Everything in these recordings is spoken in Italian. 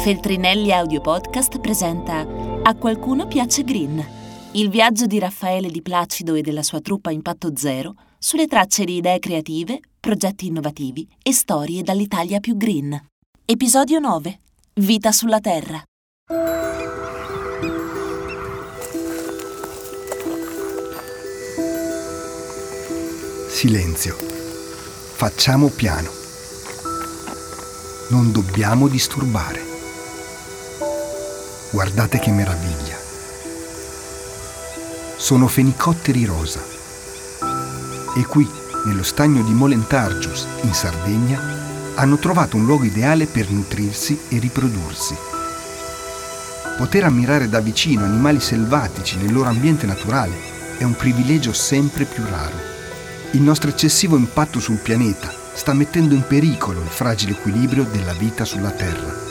Feltrinelli Audio Podcast presenta A qualcuno piace Green, il viaggio di Raffaele Di Placido e della sua truppa Impatto Zero sulle tracce di idee creative, progetti innovativi e storie dall'Italia più green. Episodio 9. Vita sulla Terra. Silenzio. Facciamo piano. Non dobbiamo disturbare. Guardate che meraviglia. Sono fenicotteri rosa. E qui, nello stagno di Molentargius, in Sardegna, hanno trovato un luogo ideale per nutrirsi e riprodursi. Poter ammirare da vicino animali selvatici nel loro ambiente naturale è un privilegio sempre più raro. Il nostro eccessivo impatto sul pianeta sta mettendo in pericolo il fragile equilibrio della vita sulla Terra.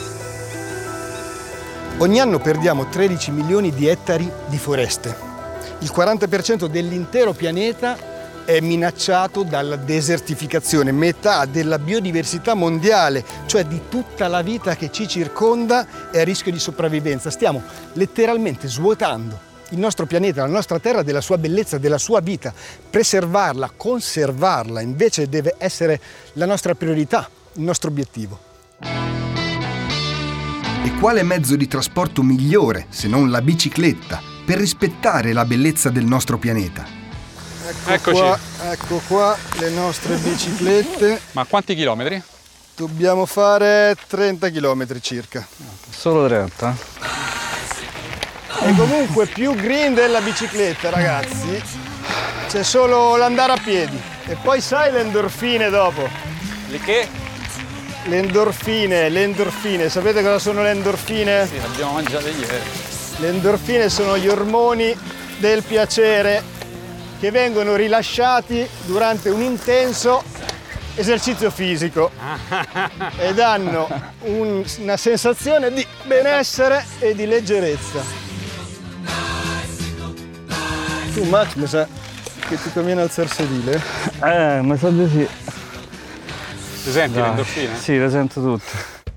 Ogni anno perdiamo 13 milioni di ettari di foreste. Il 40% dell'intero pianeta è minacciato dalla desertificazione, metà della biodiversità mondiale, cioè di tutta la vita che ci circonda, è a rischio di sopravvivenza. Stiamo letteralmente svuotando il nostro pianeta, la nostra Terra, della sua bellezza, della sua vita. Preservarla, conservarla, invece deve essere la nostra priorità, il nostro obiettivo. E quale mezzo di trasporto migliore, se non la bicicletta, per rispettare la bellezza del nostro pianeta? Ecco qua le nostre biciclette. Ma quanti chilometri? Dobbiamo fare 30 chilometri circa. Solo 30? E comunque più green della bicicletta, ragazzi, c'è solo l'andare a piedi. E poi sai le endorfine dopo. Le che? Le endorfine. Sapete cosa sono le endorfine? Sì, le abbiamo mangiate ieri. Le endorfine sono gli ormoni del piacere che vengono rilasciati durante un intenso esercizio fisico e danno una sensazione di benessere e di leggerezza. Tu Max, mi sa che ti conviene alzare il sedile? Mi sa di sì. Ti senti le endorfine? Sì, le sento tutte.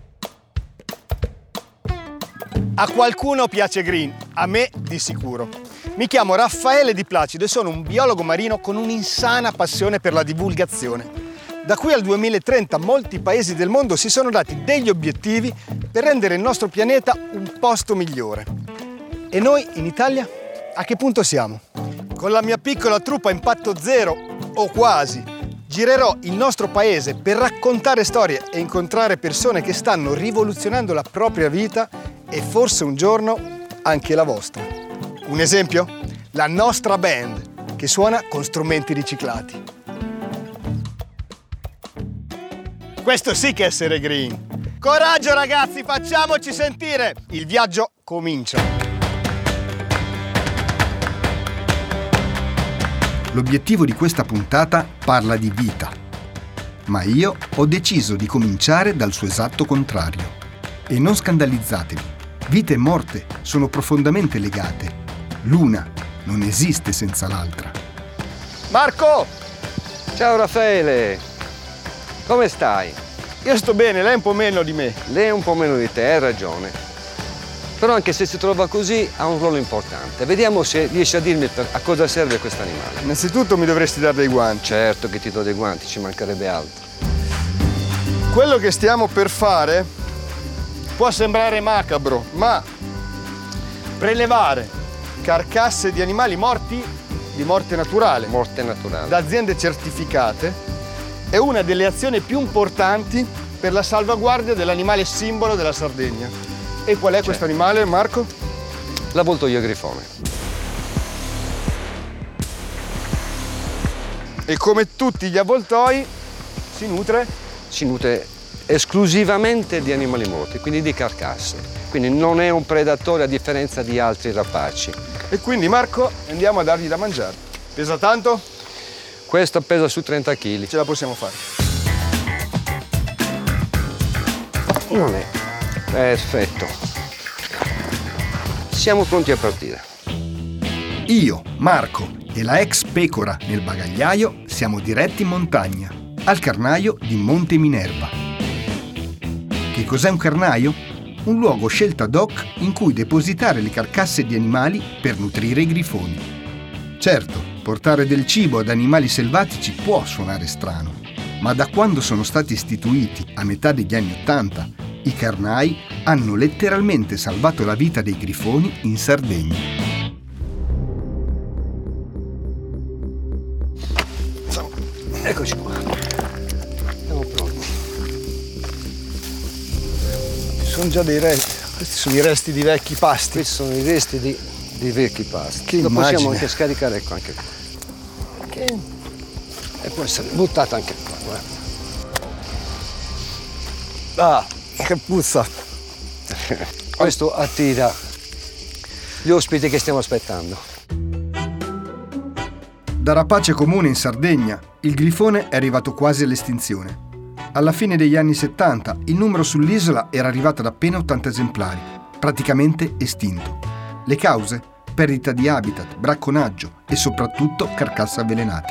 A qualcuno piace Green, a me di sicuro. Mi chiamo Raffaele Di Placido e sono un biologo marino con un'insana passione per la divulgazione. Da qui al 2030 molti paesi del mondo si sono dati degli obiettivi per rendere il nostro pianeta un posto migliore. E noi in Italia a che punto siamo? Con la mia piccola truppa Impatto Zero, o quasi, girerò il nostro paese per raccontare storie e incontrare persone che stanno rivoluzionando la propria vita e forse un giorno anche la vostra. Un esempio? La nostra band, che suona con strumenti riciclati. Questo sì che è essere green. Coraggio ragazzi, facciamoci sentire! Il viaggio comincia. L'obiettivo di questa puntata parla di vita, ma io ho deciso di cominciare dal suo esatto contrario. E non scandalizzatevi, vita e morte sono profondamente legate. L'una non esiste senza l'altra. Marco! Ciao Raffaele, come stai? Io sto bene, lei un po' meno di me. Lei un po' meno di te, hai ragione. Però anche se si trova così ha un ruolo importante. Vediamo se riesci a dirmi a cosa serve questo animale. Innanzitutto mi dovresti dare dei guanti. Certo che ti do dei guanti, ci mancherebbe altro. Quello che stiamo per fare può sembrare macabro, ma prelevare carcasse di animali morti di morte naturale, da aziende certificate, è una delle azioni più importanti per la salvaguardia dell'animale simbolo della Sardegna. E qual è questo animale, Marco? L'avvoltoio grifone. E come tutti gli avvoltoi si nutre? Si nutre esclusivamente di animali morti, quindi di carcasse. Quindi non è un predatore a differenza di altri rapaci. E quindi Marco andiamo a dargli da mangiare. Pesa tanto? Questo pesa su 30 kg. Ce la possiamo fare. Non è. Perfetto. Siamo pronti a partire. Io, Marco e la ex pecora nel bagagliaio siamo diretti in montagna, al carnaio di Monte Minerva. Che cos'è un carnaio? un luogo scelto ad hoc in cui depositare le carcasse di animali per nutrire i grifoni. Certo, portare del cibo ad animali selvatici può suonare strano, ma da quando sono stati istituiti a metà degli anni '80, i carnai hanno letteralmente salvato la vita dei grifoni in Sardegna. Eccoci qua. Siamo pronti. Ci sono già dei resti. Questi sono i resti di vecchi pasti. Questi sono i resti di vecchi pasti. Che Lo immagine. possiamo anche scaricare, ecco, anche qua. E può essere buttata anche qua, guarda. Ah, che puzza. Questo attira gli ospiti che stiamo aspettando. Da rapace comune in Sardegna, il grifone è arrivato quasi all'estinzione. Alla fine degli anni 70 il numero sull'isola era arrivato ad appena 80 esemplari, praticamente estinto. Le cause? Perdita di habitat, bracconaggio e soprattutto carcasse avvelenate.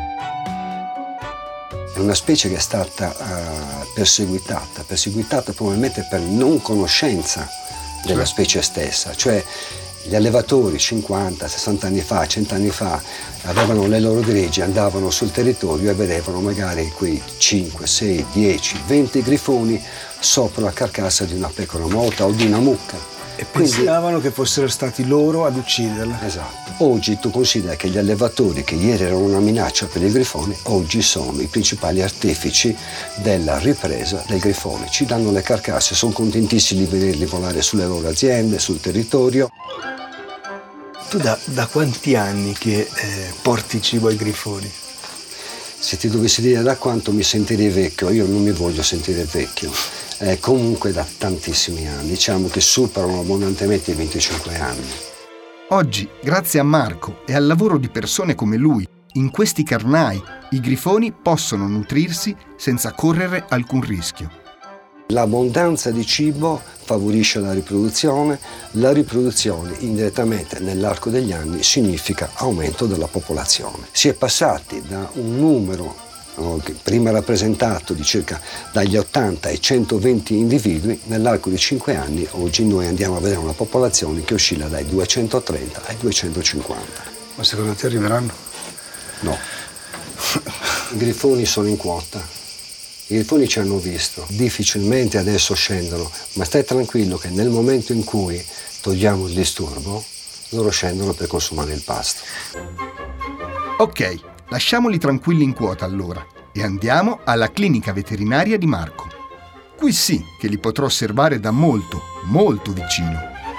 È una specie che è stata perseguitata probabilmente per non conoscenza della specie stessa, cioè gli allevatori 50, 60 anni fa, 100 anni fa avevano le loro greggi, andavano sul territorio e vedevano magari quei 5, 6, 10, 20 grifoni sopra la carcassa di una pecora morta o di una mucca. E pensavano che fossero stati loro ad ucciderla. Esatto. Oggi tu considera che gli allevatori che ieri erano una minaccia per il grifone, oggi sono i principali artefici della ripresa del grifone. Ci danno le carcasse, sono contentissimi di vederli volare sulle loro aziende, sul territorio. Tu da quanti anni che porti cibo ai grifoni? Se ti dovessi dire da quanto mi sentirei vecchio, io non mi voglio sentire vecchio. Comunque da tantissimi anni, diciamo che superano abbondantemente i 25 anni. Oggi, grazie a Marco e al lavoro di persone come lui, in questi carnai i grifoni possono nutrirsi senza correre alcun rischio. L'abbondanza di cibo favorisce la riproduzione indirettamente nell'arco degli anni significa aumento della popolazione. Si è passati da un numero prima rappresentato di circa dagli 80 ai 120 individui, nell'arco di 5 anni oggi noi andiamo a vedere una popolazione che oscilla dai 230 ai 250. Ma secondo te arriveranno? No. I grifoni sono in quota. I grifoni ci hanno visto, difficilmente adesso scendono, ma stai tranquillo che nel momento in cui togliamo il disturbo, loro scendono per consumare il pasto. Ok, lasciamoli tranquilli in quota allora e andiamo alla clinica veterinaria di Marco. Qui sì che li potrò osservare da molto, molto vicino.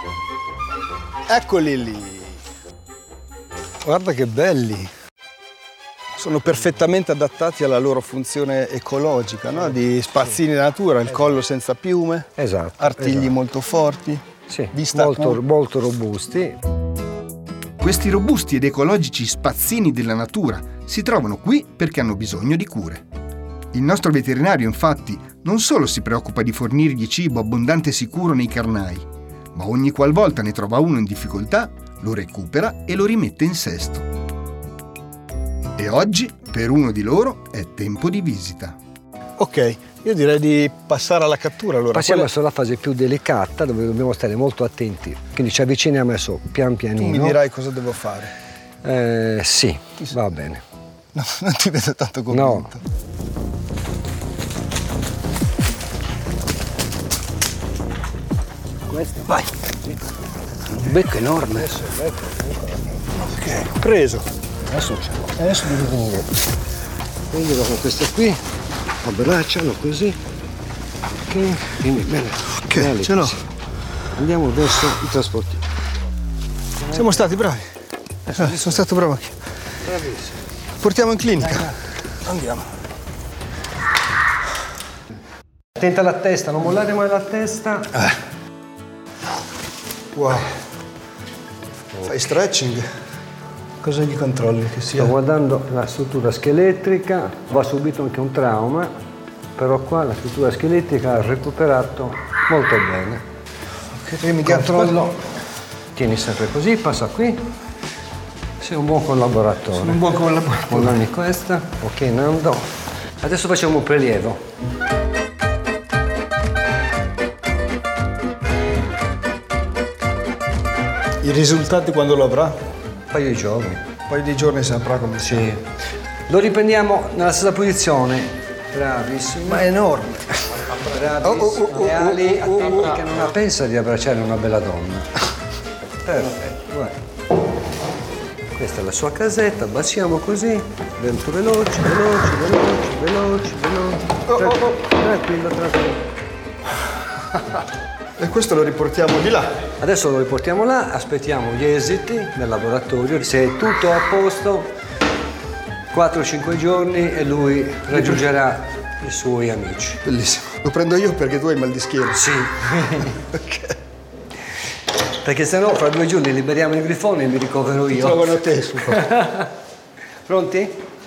Eccoli lì. Guarda che belli. Sono perfettamente adattati alla loro funzione ecologica, no? Di spazzini della natura, il collo senza piume, Esatto. artigli molto forti, Sì, vista molto robusti. Questi robusti ed ecologici spazzini della natura si trovano qui perché hanno bisogno di cure. Il nostro veterinario, infatti, non solo si preoccupa di fornirgli cibo abbondante e sicuro nei carnai, ma ogni qualvolta ne trova uno in difficoltà, lo recupera e lo rimette in sesto. E oggi, per uno di loro, è tempo di visita. Ok, io direi di passare alla cattura allora. Passiamo verso la fase più delicata dove dobbiamo stare molto attenti. Quindi ci avviciniamo adesso pian pianino. Tu mi dirai cosa devo fare. Sì, va bene. No, non ti vedo tanto convinto. No. Questo? Vai. Un becco enorme. Ok, preso. Adesso devi venire. Quindi con questo qui abbracciano così. Ok, quindi bene. Ok, ce l'ho. Andiamo verso i trasporti. Siamo stati bravi. Sono stato bravo anche. Bravissimo. Portiamo in clinica. Andiamo. Attenta alla testa, non mollare mai la testa. Wow. Fai stretching. Cosa gli controlli? Che sia? Sto guardando la struttura scheletrica, va subito anche un trauma, però qua la struttura scheletrica ha recuperato molto bene. Okay, mi Controllo, tieni sempre così, passa qui, sei un buon collaboratore. Sono un buon collaboratore. Mollami questa, ok Nando. Adesso facciamo un prelievo. I risultati quando lo avrà? Un paio di giorni. Un paio di giorni saprà come sia. Sì. Lo riprendiamo nella stessa posizione. Bravissimo. Ma è enorme. Bravissimo. Le ali a tempo che non pensa di abbracciare una bella donna. Perfetto, guarda. Questa è la sua casetta, baciamo così, dentro veloci. Tranquillo. E questo lo riportiamo di là. Adesso lo riportiamo là, aspettiamo gli esiti del laboratorio, se è tutto a posto, 4-5 giorni e lui raggiungerà i suoi amici. Bellissimo. Lo prendo io perché tu hai mal di schiena. Sì. Ok. Perché sennò fra 2 giorni liberiamo il grifone e mi ricovero io. Trovano te su. Pronti?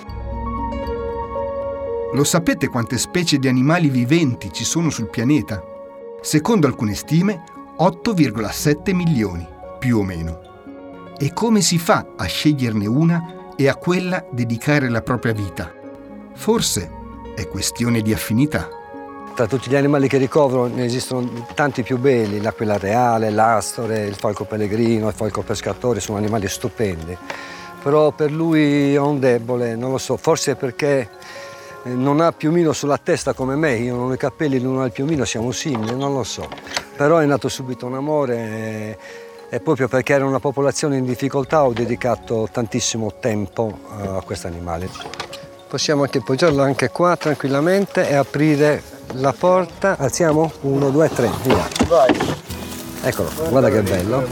Lo sapete quante specie di animali viventi ci sono sul pianeta? Secondo alcune stime, 8,7 milioni, più o meno. E come si fa a sceglierne una e a quella dedicare la propria vita? Forse è questione di affinità. Tra tutti gli animali che ricovero ne esistono tanti più belli, l'aquila reale, l'astore, il falco pellegrino, il falco pescatore, sono animali stupendi. Però per lui è un debole, non lo so, forse perché non ha piumino sulla testa come me, io non ho i capelli, lui non ha il piumino, siamo simili, non lo so. Però è nato subito un amore e proprio perché era una popolazione in difficoltà ho dedicato tantissimo tempo a questo animale. Possiamo anche appoggiarlo anche qua tranquillamente e aprire la porta. Alziamo? 1, 2, 3, via. Vai. Eccolo, guarda che bello.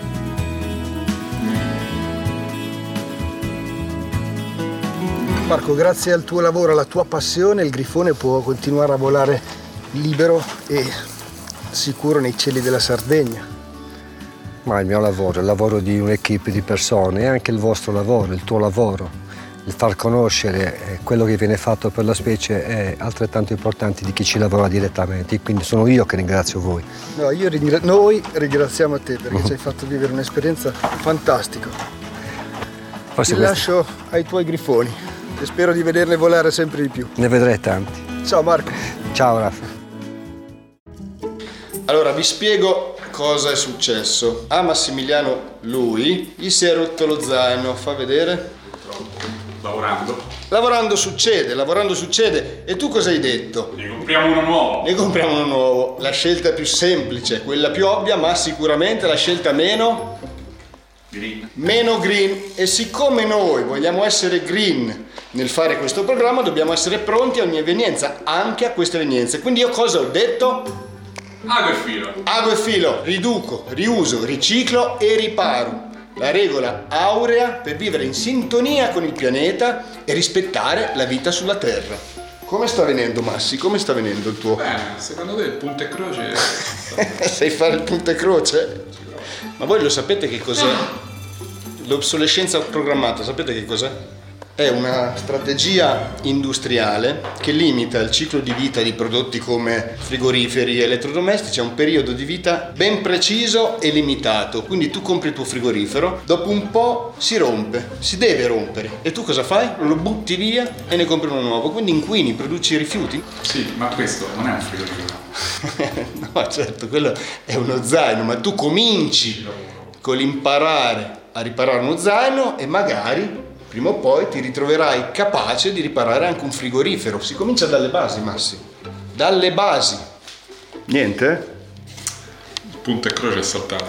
Marco, grazie al tuo lavoro, alla tua passione, il grifone può continuare a volare libero e sicuro nei cieli della Sardegna. Ma il mio lavoro, il lavoro di un'equipe di persone e anche il vostro lavoro, il tuo lavoro. Il far conoscere quello che viene fatto per la specie è altrettanto importante di chi ci lavora direttamente, quindi sono io che ringrazio voi. No, noi ringraziamo te perché ci hai fatto vivere un'esperienza fantastica. Ti lascio ai tuoi grifoni e spero di vederne volare sempre di più. Ne vedrai tanti. Ciao Marco. Ciao Raffa. Allora vi spiego cosa è successo. A Massimiliano lui gli si è rotto lo zaino, fa vedere? Lavorando succede. E tu cosa hai detto? Ne compriamo uno nuovo. La scelta più semplice, quella più ovvia, ma sicuramente la scelta meno green. E siccome noi vogliamo essere green nel fare questo programma, dobbiamo essere pronti a ogni evenienza, anche a queste evenienze. Quindi io cosa ho detto? Ago e filo, riduco, riuso, riciclo e riparo. La regola aurea per vivere in sintonia con il pianeta e rispettare la vita sulla Terra. Come sta venendo, Massi? Come sta venendo il tuo? Bene, secondo te il punto e croce? Sai fare il punto e croce? Ma voi lo sapete che cos'è? L'obsolescenza programmata, sapete che cos'è? È una strategia industriale che limita il ciclo di vita di prodotti come frigoriferi e elettrodomestici a un periodo di vita ben preciso e limitato. Quindi tu compri il tuo frigorifero, dopo un po' si rompe, si deve rompere. E tu cosa fai? Lo butti via e ne compri uno nuovo. Quindi inquini, produci rifiuti. Sì, ma questo non è un frigorifero. No, certo, quello è uno zaino, ma tu cominci con l'imparare a riparare uno zaino e magari prima o poi ti ritroverai capace di riparare anche un frigorifero. Si comincia dalle basi, Massi. Dalle basi. Niente? Il punto e croce è saltato.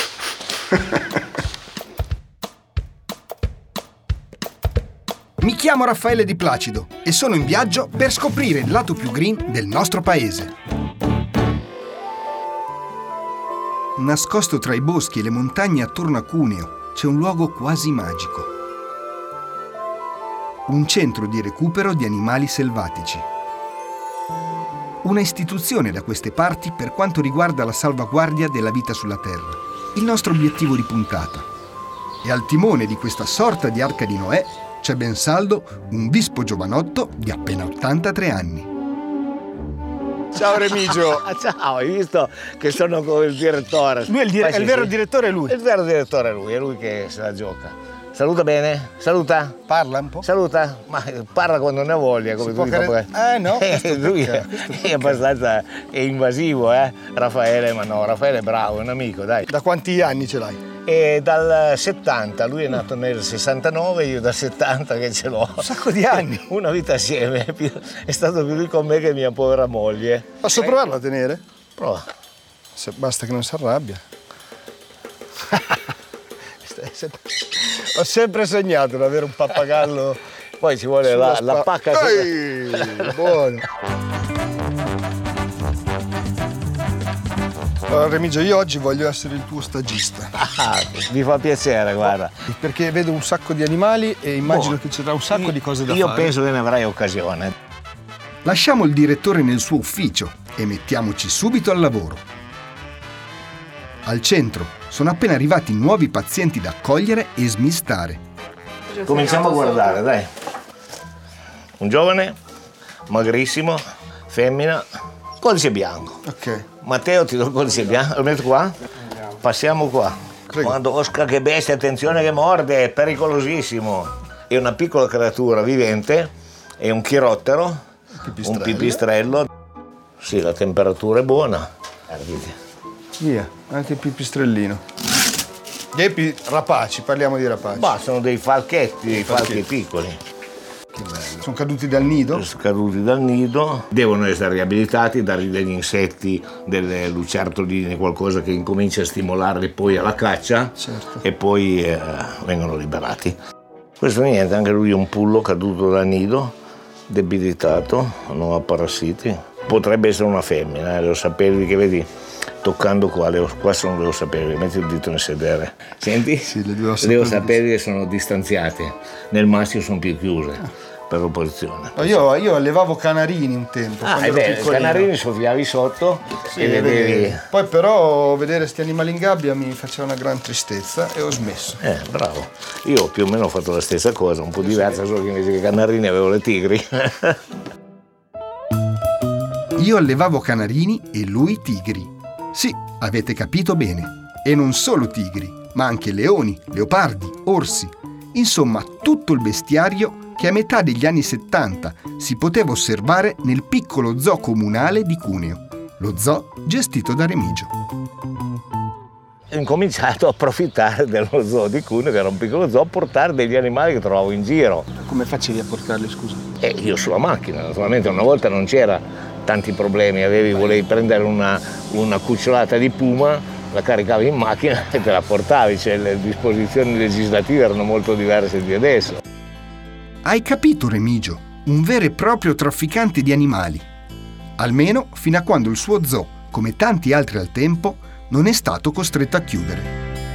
Mi chiamo Raffaele Di Placido e sono in viaggio per scoprire il lato più green del nostro paese. Nascosto tra i boschi e le montagne attorno a Cuneo c'è un luogo quasi magico. Un centro di recupero di animali selvatici. Una istituzione da queste parti per quanto riguarda la salvaguardia della vita sulla Terra. Il nostro obiettivo di puntata. E al timone di questa sorta di arca di Noè c'è ben saldo un vispo giovanotto di appena 83 anni. Ciao Remigio. Ciao, hai visto che sono con il direttore? Lui è il vero direttore, è lui. Il vero direttore è lui che se la gioca. Saluta bene? Saluta? Parla un po'? Saluta? Ma parla quando ne ha voglia, come tu dici. No, lui è abbastanza invasivo, Raffaele, ma no, Raffaele è bravo, è un amico, dai. Da quanti anni ce l'hai? E dal 70, lui è nato nel 69, io dal 70 che ce l'ho. Un sacco di anni. Una vita assieme, è stato più lui con me che mia povera moglie. Posso provarlo a tenere? Prova. Basta che non si arrabbia. Ho sempre sognato di avere un pappagallo. Poi ci vuole la pacca. Buono. Allora Remigio, io oggi voglio essere il tuo stagista. Mi fa piacere, guarda. Perché vedo un sacco di animali e immagino che ci sarà un sacco di cose da fare. Io penso che ne avrai occasione. Lasciamo il direttore nel suo ufficio e mettiamoci subito al lavoro. Al centro sono appena arrivati nuovi pazienti da accogliere e smistare. Cominciamo a guardare, dai. Un giovane, magrissimo, femmina, codice bianco. Ok. Matteo, ti do il codice bianco, lo metto qua? Passiamo qua. Madosca, che bestia, attenzione che morde, è pericolosissimo. È una piccola creatura vivente, è un chirottero, un pipistrello. Sì, la temperatura è buona. Via, anche il pipistrellino. Gli epi rapaci, parliamo di rapaci. Ma sono dei falchetti, dei falchi piccoli. Che bello. Sono caduti dal nido? Sono caduti dal nido, devono essere riabilitati, dargli degli insetti, delle lucertoline, qualcosa che incomincia a stimolarli poi alla caccia. Certo. E poi vengono liberati. Questo niente, anche lui è un pullo caduto dal nido, debilitato, non ha parassiti. Potrebbe essere una femmina, lo sapevi che vedi? Toccando qua sono le ossa pelviche, metti il dito nel sedere. Senti? Sì, le ossa pelviche sono distanziate, nel maschio sono più chiuse per l'opposizione. Io allevavo canarini un tempo. I canarini soffiavi sotto e vedevi. Poi però vedere questi animali in gabbia mi faceva una gran tristezza e ho smesso. Bravo. Io più o meno ho fatto la stessa cosa, un po' diversa, solo che invece che canarini avevo le tigri. Io allevavo canarini e lui tigri. Sì, avete capito bene. E non solo tigri, ma anche leoni, leopardi, orsi. Insomma, tutto il bestiario che a metà degli anni 70 si poteva osservare nel piccolo zoo comunale di Cuneo, lo zoo gestito da Remigio. Ho incominciato a approfittare dello zoo di Cuneo, che era un piccolo zoo, a portare degli animali che trovavo in giro. Come facevi a portarli, scusa? Io sulla macchina, naturalmente una volta non c'era tanti problemi, volevi prendere una cucciolata di puma, la caricavi in macchina e te la portavi, cioè le disposizioni legislative erano molto diverse di adesso. Hai capito, Remigio? Un vero e proprio trafficante di animali. Almeno fino a quando il suo zoo, come tanti altri al tempo, non è stato costretto a chiudere.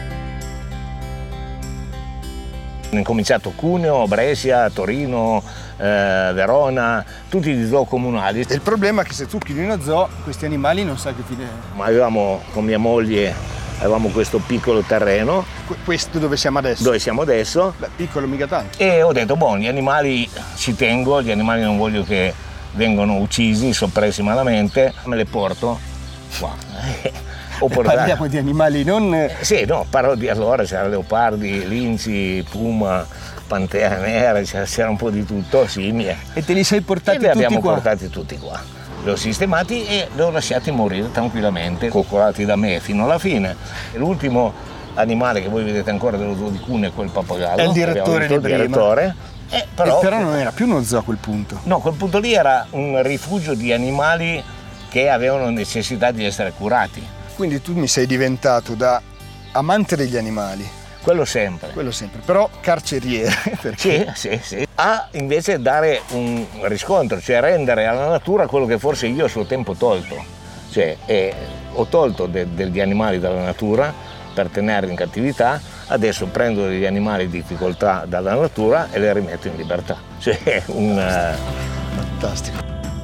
Ho incominciato Cuneo, Brescia, Torino, Verona, tutti gli zoo comunali. E il problema è che se tu chiudi uno zoo, questi animali non sai che fine. Ma avevamo, con mia moglie, questo piccolo terreno. Questo dove siamo adesso? Dove siamo adesso. Beh, piccolo mica tanto. E ho detto, gli animali ci tengo, gli animali non voglio che vengano uccisi, soppressi malamente, me le porto qua. Parliamo di animali non... Sì, no, parlo di allora, c'erano leopardi, linci, puma, pantea nera, c'era un po' di tutto, scimmie. E te li sei portati tutti qua? E li abbiamo qua? portati tutti qua. Li ho sistemati e li ho lasciati morire tranquillamente, coccolati da me fino alla fine. E l'ultimo animale che voi vedete ancora dello zoo di Cuneo è quel pappagallo. È il direttore di prima. Però non era più uno zoo a quel punto. No, quel punto lì era un rifugio di animali che avevano necessità di essere curati. Quindi tu mi sei diventato da amante degli animali. Quello sempre. Però carceriere. Perché? Sì. A invece dare un riscontro, cioè rendere alla natura quello che forse io a suo tempo ho tolto. Cioè ho tolto degli animali dalla natura per tenerli in cattività, adesso prendo degli animali di difficoltà dalla natura e li rimetto in libertà. Cioè Fantastico.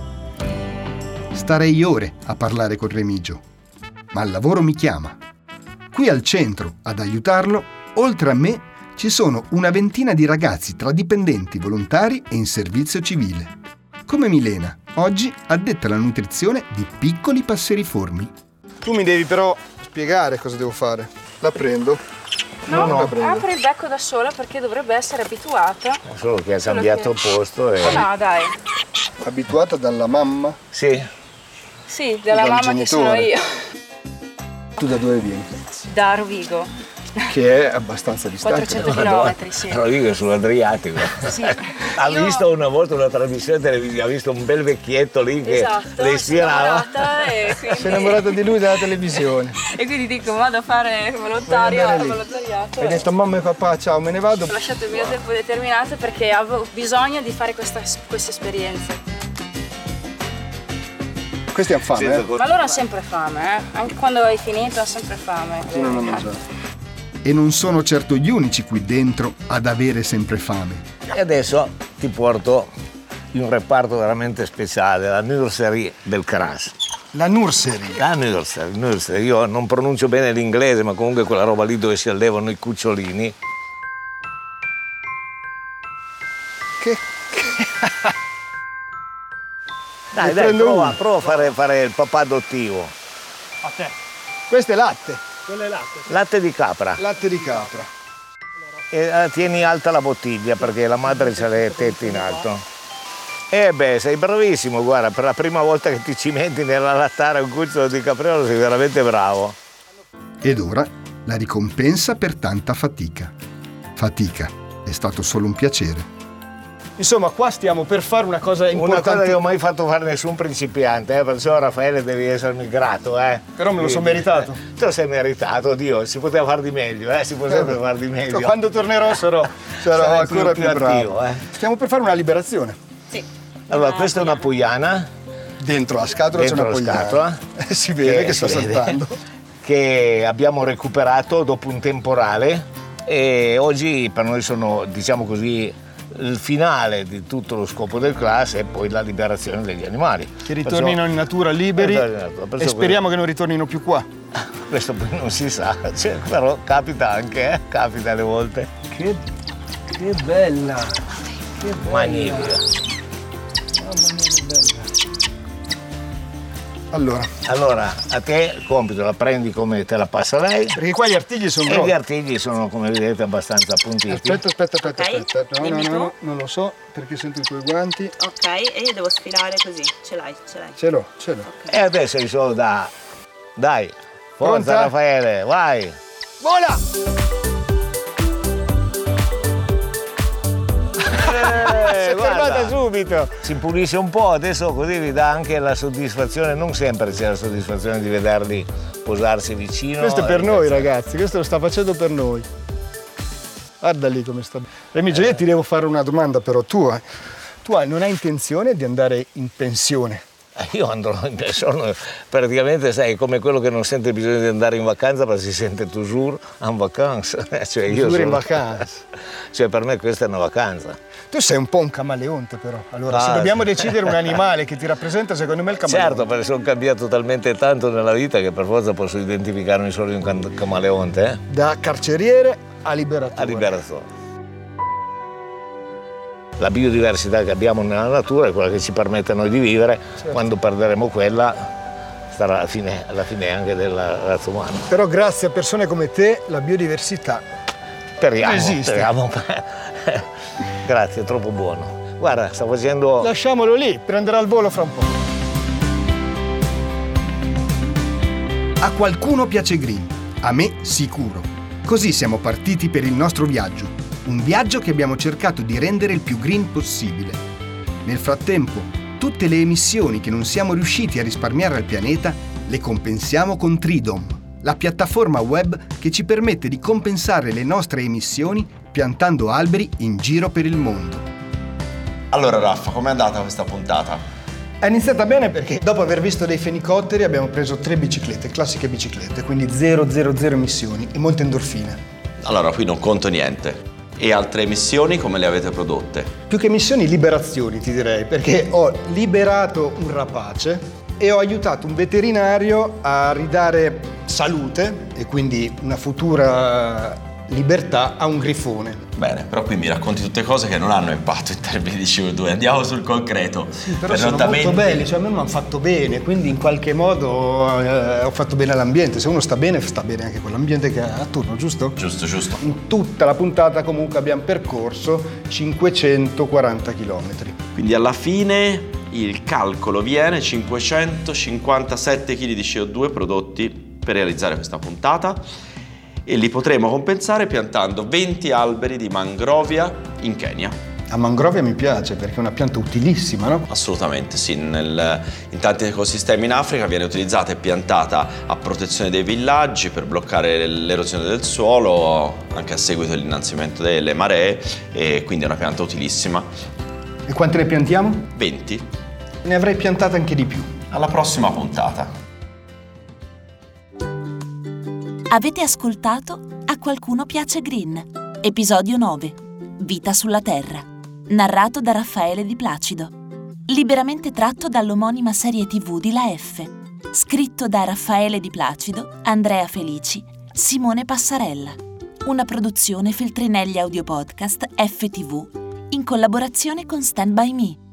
Starei ore a parlare con Remigio, ma il lavoro mi chiama. Qui al centro, ad aiutarlo, oltre a me, ci sono una ventina di ragazzi tra dipendenti, volontari e in servizio civile. Come Milena, oggi addetta alla nutrizione di piccoli passeriformi. Tu mi devi però spiegare cosa devo fare. La prendo? No, apre il becco da sola perché dovrebbe essere abituata. Solo che ha cambiato posto e... No, dai. Abituata dalla mamma? Sì. Sì, dalla mamma che sono io. Tu da dove vieni? Da Rovigo. che è abbastanza distante. 400 km, sì. Però io sull'Adriatico. Sì. Visto una volta una trasmissione televisiva, ha visto un bel vecchietto lì che le ispirava. Si è innamorata di lui dalla televisione. E quindi dico, vado a fare volontariato. Hai detto mamma e papà, ciao, me ne vado. Ho lasciato il mio tempo determinato perché avevo bisogno di fare questa esperienza. Questi hanno fame, Ma loro hanno sempre fame, Anche quando hai finito hanno sempre fame. Non hanno mangiato. E non sono certo gli unici qui dentro ad avere sempre fame. E adesso ti porto in un reparto veramente speciale, la nursery del CRAS. La nursery? La nursery. Io non pronuncio bene l'inglese, ma comunque quella roba lì dove si allevano i cucciolini. Che... Dai, prova a fare il papà adottivo. A te. Questo è latte. Quello è latte. Latte di capra. Latte di capra. E tieni alta la bottiglia perché la madre c'ha le tette in alto. Sei bravissimo, guarda, per la prima volta che ti cimenti nell'allattare un cucciolo di capriolo sei veramente bravo. Ed ora la ricompensa per tanta fatica. Fatica, è stato solo un piacere. Insomma, qua stiamo per fare una cosa importante. Una cosa che non ho mai fatto fare nessun principiante, perciò Raffaele devi essermi grato. Però me lo sono meritato. Te lo sei meritato, Dio, si poteva far di meglio, si poteva far di meglio. Quando tornerò sarò ancora più bravo. Stiamo per fare una liberazione. Sì. Allora, questa è una puiana. Dentro la scatola c'è una puiana. Si vede che sta saltando. Che abbiamo recuperato dopo un temporale e oggi per noi sono, diciamo così, il finale di tutto lo scopo del CRAS e poi la liberazione degli animali. Che ritornino in natura liberi e speriamo che non ritornino più qua. Questo poi non si sa, però capita anche, capita alle volte. Che bella! Che bella! Magnifica! Mamma mia, che bella! Allora, a te il compito la prendi come te la passa lei. Perché qua gli artigli sono grossi. E gli artigli sono, come vedete, abbastanza appuntiti. Aspetta. No, non lo so perché sento i tuoi guanti. Ok, e io devo sfilare così. Ce l'hai? Ce l'ho. Okay. E adesso è solo dai, forza. Pronta? Raffaele, vai! Vola! Si è fermata subito. Si pulisce un po', adesso così vi dà anche la soddisfazione, non sempre c'è la soddisfazione di vederli posarsi vicino. Questo è per noi ragazzi, questo lo sta facendo per noi. Guarda lì come sta. Remigio, io ti devo fare una domanda però, tu non hai intenzione di andare in pensione? Io andrò in pensione, praticamente sai, come quello che non sente bisogno di andare in vacanza, ma si sente toujours en vacances. Cioè io sono in vacanza. Cioè per me questa è una vacanza. Tu sei un po' un camaleonte però. Allora, se dobbiamo decidere un animale che ti rappresenta, secondo me è il camaleonte. Certo, perché sono cambiato talmente tanto nella vita che per forza posso identificarmi solo in un camaleonte. Da carceriere a liberatore. La biodiversità che abbiamo nella natura è quella che ci permette a noi di vivere. Certo. Quando perderemo quella sarà la fine anche della razza umana. Però grazie a persone come te la biodiversità esiste. Speriamo. Grazie, è troppo buono. Guarda, sta facendo... Lasciamolo lì, prenderà il volo fra un po'. A qualcuno piace green, a me sicuro. Così siamo partiti per il nostro viaggio. Un viaggio che abbiamo cercato di rendere il più green possibile. Nel frattempo, tutte le emissioni che non siamo riusciti a risparmiare al pianeta le compensiamo con Tridom, la piattaforma web che ci permette di compensare le nostre emissioni piantando alberi in giro per il mondo. Allora Raffa, com'è andata questa puntata? È iniziata bene perché dopo aver visto dei fenicotteri abbiamo preso 3 biciclette, classiche biciclette, quindi 0 emissioni e molte endorfine. Allora qui non conto niente. E altre emissioni come le avete prodotte? Più che emissioni, liberazioni ti direi, perché ho liberato un rapace e ho aiutato un veterinario a ridare salute e quindi una futura libertà a un grifone. Bene, però qui mi racconti tutte cose che non hanno impatto in termini di CO2. Andiamo sul concreto. Sì, però sono molto belli, cioè a me mi hanno fatto bene, quindi in qualche modo ho fatto bene all'ambiente. Se uno sta bene anche con l'ambiente che ha attorno, giusto? Giusto. In tutta la puntata comunque abbiamo percorso 540 km. Quindi alla fine il calcolo viene 557 kg di CO2 prodotti per realizzare questa puntata. e li potremo compensare piantando 20 alberi di mangrovia in Kenya. La mangrovia mi piace perché è una pianta utilissima, no? Assolutamente sì, in tanti ecosistemi in Africa viene utilizzata e piantata a protezione dei villaggi per bloccare l'erosione del suolo, anche a seguito dell'innalzamento delle maree, e quindi è una pianta utilissima. E quante ne piantiamo? 20. Ne avrei piantate anche di più. Alla prossima puntata. Avete ascoltato A qualcuno piace Green, episodio 9, Vita sulla Terra, narrato da Raffaele Di Placido, liberamente tratto dall'omonima serie TV di La F, scritto da Raffaele Di Placido, Andrea Felici, Simone Passarella, una produzione Feltrinelli Audio Podcast FTV in collaborazione con Stand By Me.